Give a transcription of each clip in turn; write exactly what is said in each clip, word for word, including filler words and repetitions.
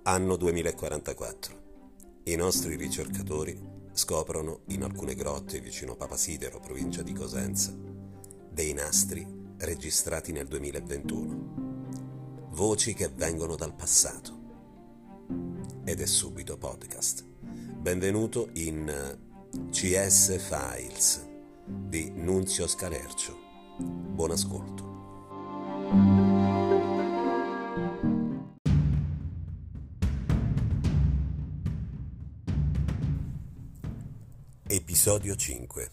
Anno duemilaquarantaquattro. I nostri ricercatori scoprono in alcune grotte vicino Papasidero, provincia di Cosenza, dei nastri registrati nel duemilaventuno. Voci che vengono dal passato. Ed è subito podcast. Benvenuto in C S Files di Nunzio Scalercio. Buon ascolto. Episodio cinque.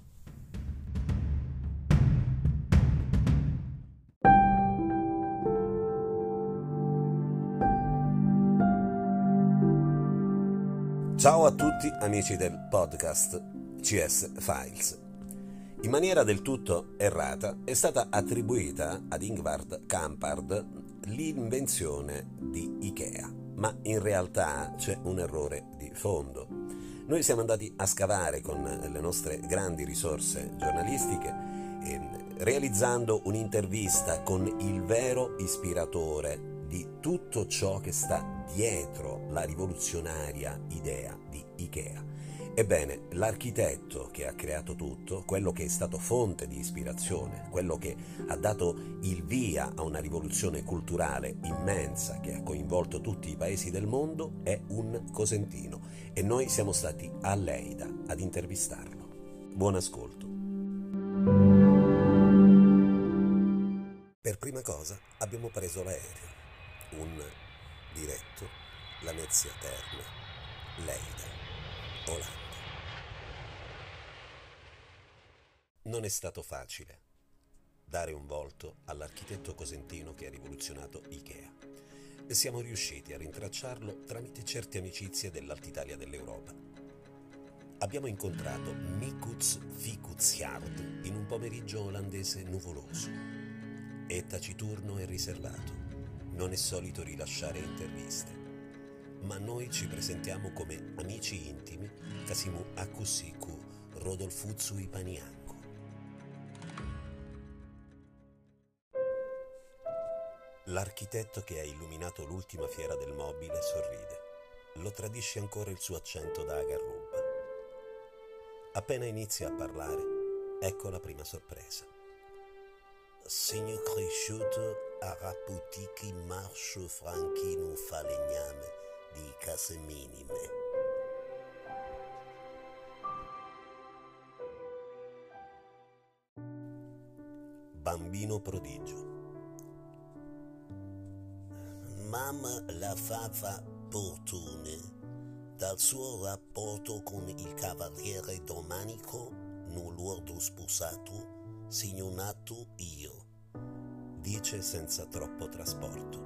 Ciao a tutti amici del podcast C S Files. In maniera del tutto errata è stata attribuita ad Ingvar Kamprad l'invenzione di Ikea, ma in realtà c'è un errore di fondo. Noi siamo andati a scavare con le nostre grandi risorse giornalistiche, eh, realizzando un'intervista con il vero ispiratore di tutto ciò che sta dietro la rivoluzionaria idea di Ikea. Ebbene, l'architetto che ha creato tutto, quello che è stato fonte di ispirazione, quello che ha dato il via a una rivoluzione culturale immensa che ha coinvolto tutti i paesi del mondo, è un cosentino e noi siamo stati a Leida ad intervistarlo. Buon ascolto. Per prima cosa abbiamo preso l'aereo, un diretto Lamezia Terme, Leida, Olanda. Non è stato facile dare un volto all'architetto cosentino che ha rivoluzionato Ikea. E siamo riusciti a rintracciarlo tramite certe amicizie dell'Altitalia dell'Europa. Abbiamo incontrato Mikuts Fikuzjard in un pomeriggio olandese nuvoloso. È taciturno e riservato, non è solito rilasciare interviste, ma noi ci presentiamo come amici intimi Kasimu Akusiku Rodolfuzzu Ipanianco. L'architetto che ha illuminato l'ultima fiera del mobile sorride. Lo tradisce ancora il suo accento da Agarrubba. Appena inizia a parlare, ecco la prima sorpresa. Segno cresciuto a Raputichi Marscio Franchino Falegname di Case Minime. Bambino prodigio. Mamma la fava Portone, dal suo rapporto con il cavaliere Domanico, non l'ordo sposato, signorato io, dice senza troppo trasporto.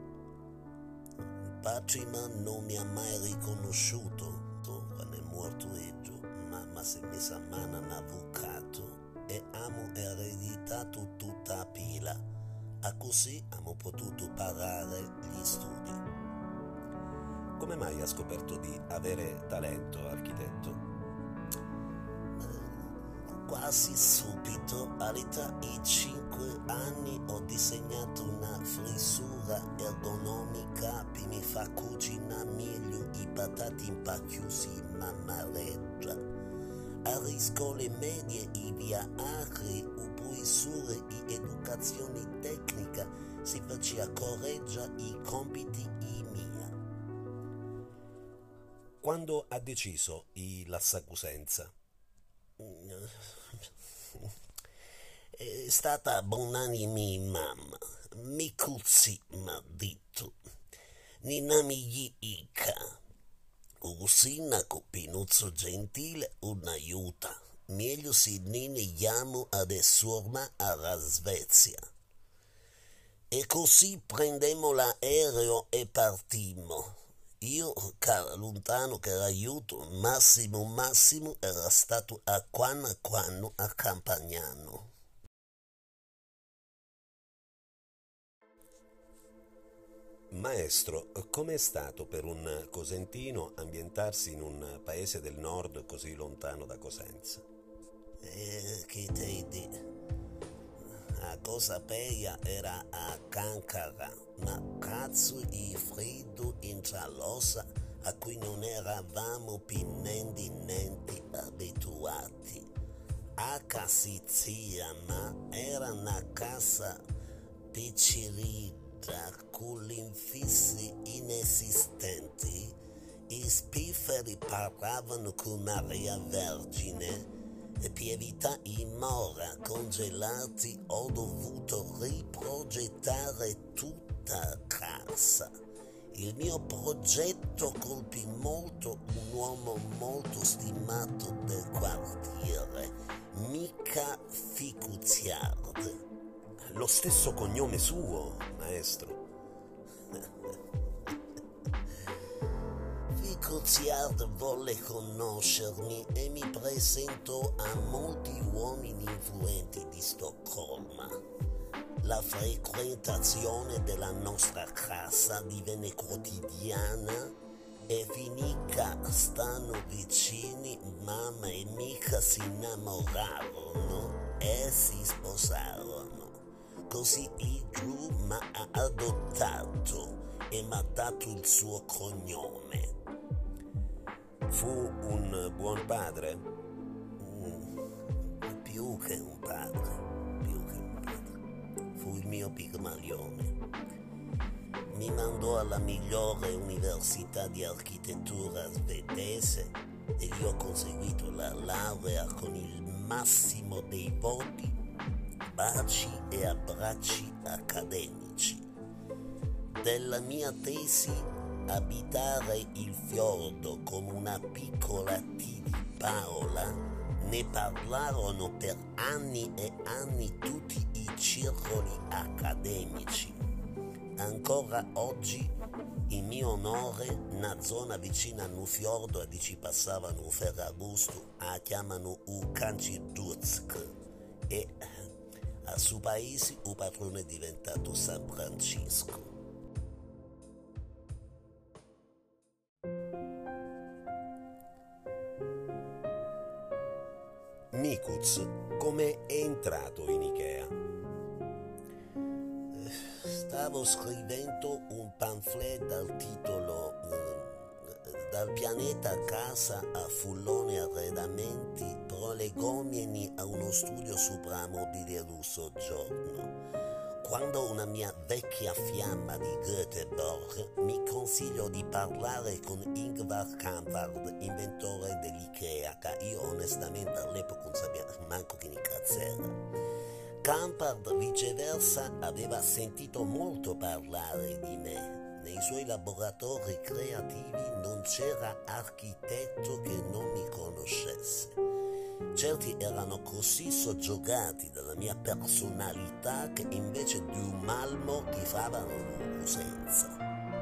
Pacima non mi ha mai riconosciuto, quando è morto Eggio, mamma si è messa a mano un avvocato e amo ereditato tutta a pila. A così abbiamo potuto pagare gli studi. Come mai ha scoperto di avere talento, architetto? Eh, quasi subito, all'età di cinque anni, ho disegnato una frisura ergonomica che mi fa cucinare meglio i patati impacchiusi in mammareggia. A scuole medie in via Acri, oppure in educazione tecnica, si faceva correggia i compiti i mia. Quando ha deciso i Lassacusenza? È stata buonanimi mamma, mi cuzzi m'ha detto, ninami gli ica. Usina con Pinuzzo Gentile un aiuta, meglio se ne neghiamo adesso alla Svezia. E così prendemmo l'aereo e partimmo. Io, cara, lontano che era aiuto, massimo massimo era stato a quando a quando a Campagnano. Maestro, com'è stato per un cosentino ambientarsi in un paese del nord così lontano da Cosenza? Eh, che te di... A cosa peia era a Cancara, ma cazzo di freddo in Giallosa a cui non eravamo più niente abituati. A Casizia, ma era una casa piccerita con infissi inesistenti. I spifferi parlavano con Maria Vergine e per evitare i mora congelati ho dovuto riprogettare tutta casa. Il mio progetto colpì molto un uomo molto stimato del quartiere, Mica Ficuziardi. Lo stesso cognome suo, maestro. Ficuziardi volle conoscermi e mi presentò a molti uomini influenti di Stoccolma. La frequentazione della nostra casa divenne quotidiana e finì che stando vicini mamma e Mica si innamorarono e si sposarono. Così il Drew mi ha adottato e mi ha dato il suo cognome. Fu un buon padre? Mm, più che un padre, più che un padre. Fu il mio Pigmalione. Mi mandò alla migliore università di architettura svedese e gli ho conseguito la laurea con il massimo dei voti, baci e abbracci accademici. Della mia tesi abitare il fiordo come una piccola T di Paola ne parlarono per anni e anni tutti i circoli accademici. Ancora oggi, in mio onore, una zona vicina a Nufiordo a cui ci passavano un Ferragosto la chiamano u Canciduzk e a suo paese il patrono è diventato San Francisco. Mikuz, come è entrato in Ikea? Stavo scrivendo un pamphlet dal titolo eh, Dal pianeta a casa a Fullone Arredamenti, prolegomeni a uno studio supramobiliare soggiorno. Quando una mia vecchia fiamma di Göteborg mi consigliò di parlare con Ingvar Kamprad, inventore dell'Ikea, che io onestamente all'epoca non sapevo manco che ne cazzera. Kamprad viceversa aveva sentito molto parlare di me. Nei suoi laboratori creativi non c'era architetto che non mi conoscesse. Certi erano così soggiogati dalla mia personalità che invece di un malmo tifavano l'usenza.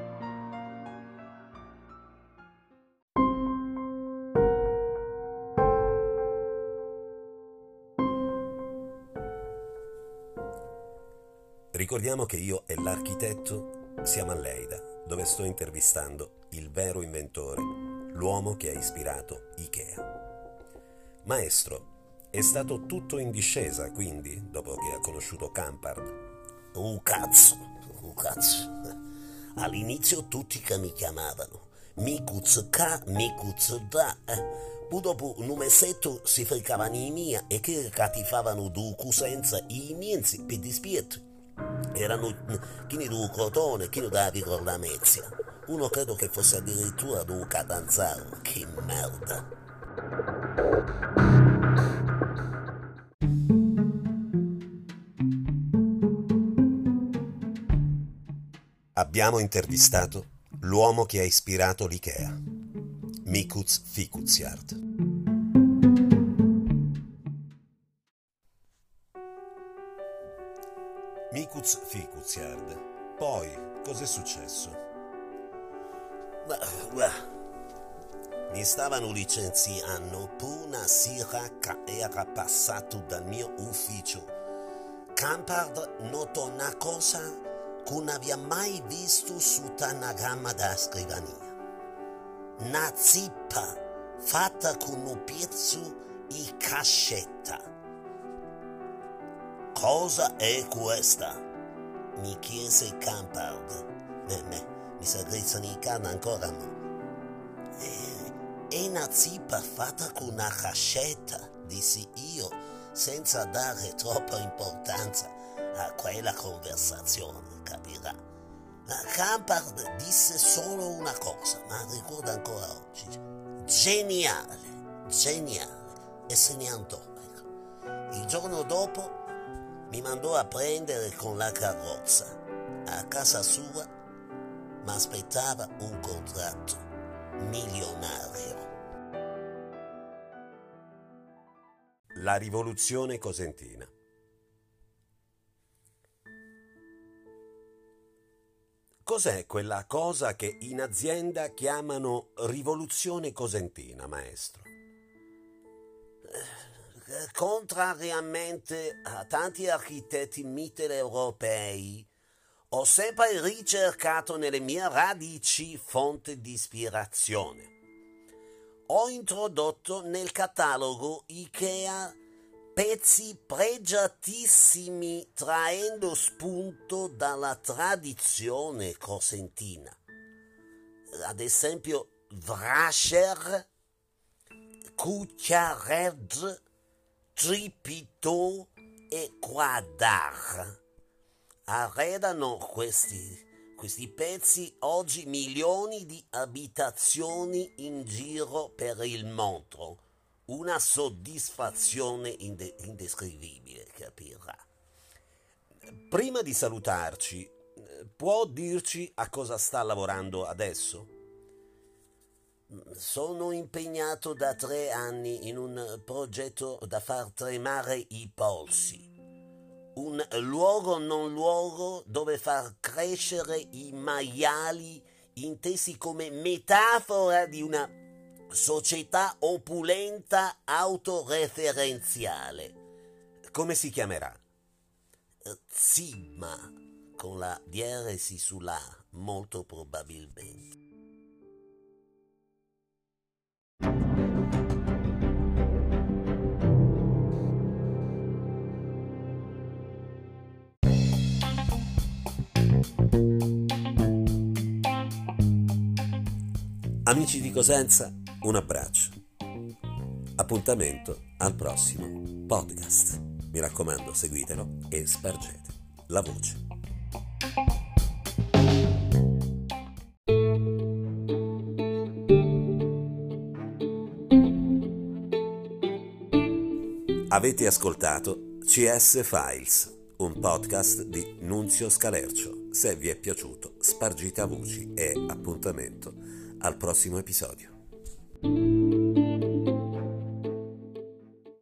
Ricordiamo che io e l'architetto siamo a Leida, dove sto intervistando il vero inventore, l'uomo che ha ispirato Ikea. Maestro, è stato tutto in discesa, quindi, dopo che ha conosciuto Kamprad? Un cazzo, un cazzo. All'inizio tutti che mi chiamavano Mikuz K, Mikuz Da. Eh. Poi dopo un mesetto si fricavano i miei e che catifavano due cusenza i miei per dispietto. Erano chi ne du cotone, chi ne da piccola la mezia. Uno credo che fosse addirittura du catanzaro. Che merda. Abbiamo intervistato l'uomo che ha ispirato l'Ikea, Mikuz Ficuziardi. Mikuz Ficuziardi. Poi, cos'è successo? Ma, guarda, mi stavano licenziando per una sera che era passato dal mio ufficio. Kamprad notò una cosa che non aveva mai visto su una gamma da scrivania. Una zippa fatta con un pezzo di cascetta. cosa è questa? Mi chiese Campard. Me, me, mi sa grizzanicarne ancora, no? È, è una zippa fatta con una cascetta, dissi io, senza dare troppa importanza a quella conversazione, capirà. Ma Campard disse solo una cosa, ma ricordo ancora oggi. Geniale, geniale. E se ne andò. Ecco. Il giorno dopo mi mandò a prendere con la carrozza. A casa sua mi aspettava un contratto milionario. La rivoluzione cosentina. Cos'è quella cosa che in azienda chiamano rivoluzione cosentina, maestro? Contrariamente a tanti architetti mitteleuropei, ho sempre ricercato nelle mie radici fonte di ispirazione. Ho introdotto nel catalogo IKEA pezzi pregiatissimi traendo spunto dalla tradizione cosentina. Ad esempio Vrascher, Cucciaredge, Tripito e Quadar. Arredano questi, questi pezzi oggi milioni di abitazioni in giro per il mondo. Una soddisfazione inde- indescrivibile, capirà. Prima di salutarci, può dirci a cosa sta lavorando adesso? Sono impegnato da tre anni in un progetto da far tremare i polsi. Un luogo non luogo dove far crescere i maiali intesi come metafora di una società opulenta autoreferenziale. Come si chiamerà? Zimma, con la dieresi sulla A, molto probabilmente. Amici di Cosenza, un abbraccio. Appuntamento al prossimo podcast. Mi raccomando, seguitelo e spargete la voce. Avete ascoltato C S Files, un podcast di Nunzio Scalercio. Se vi è piaciuto, spargite a voci e appuntamento al prossimo episodio.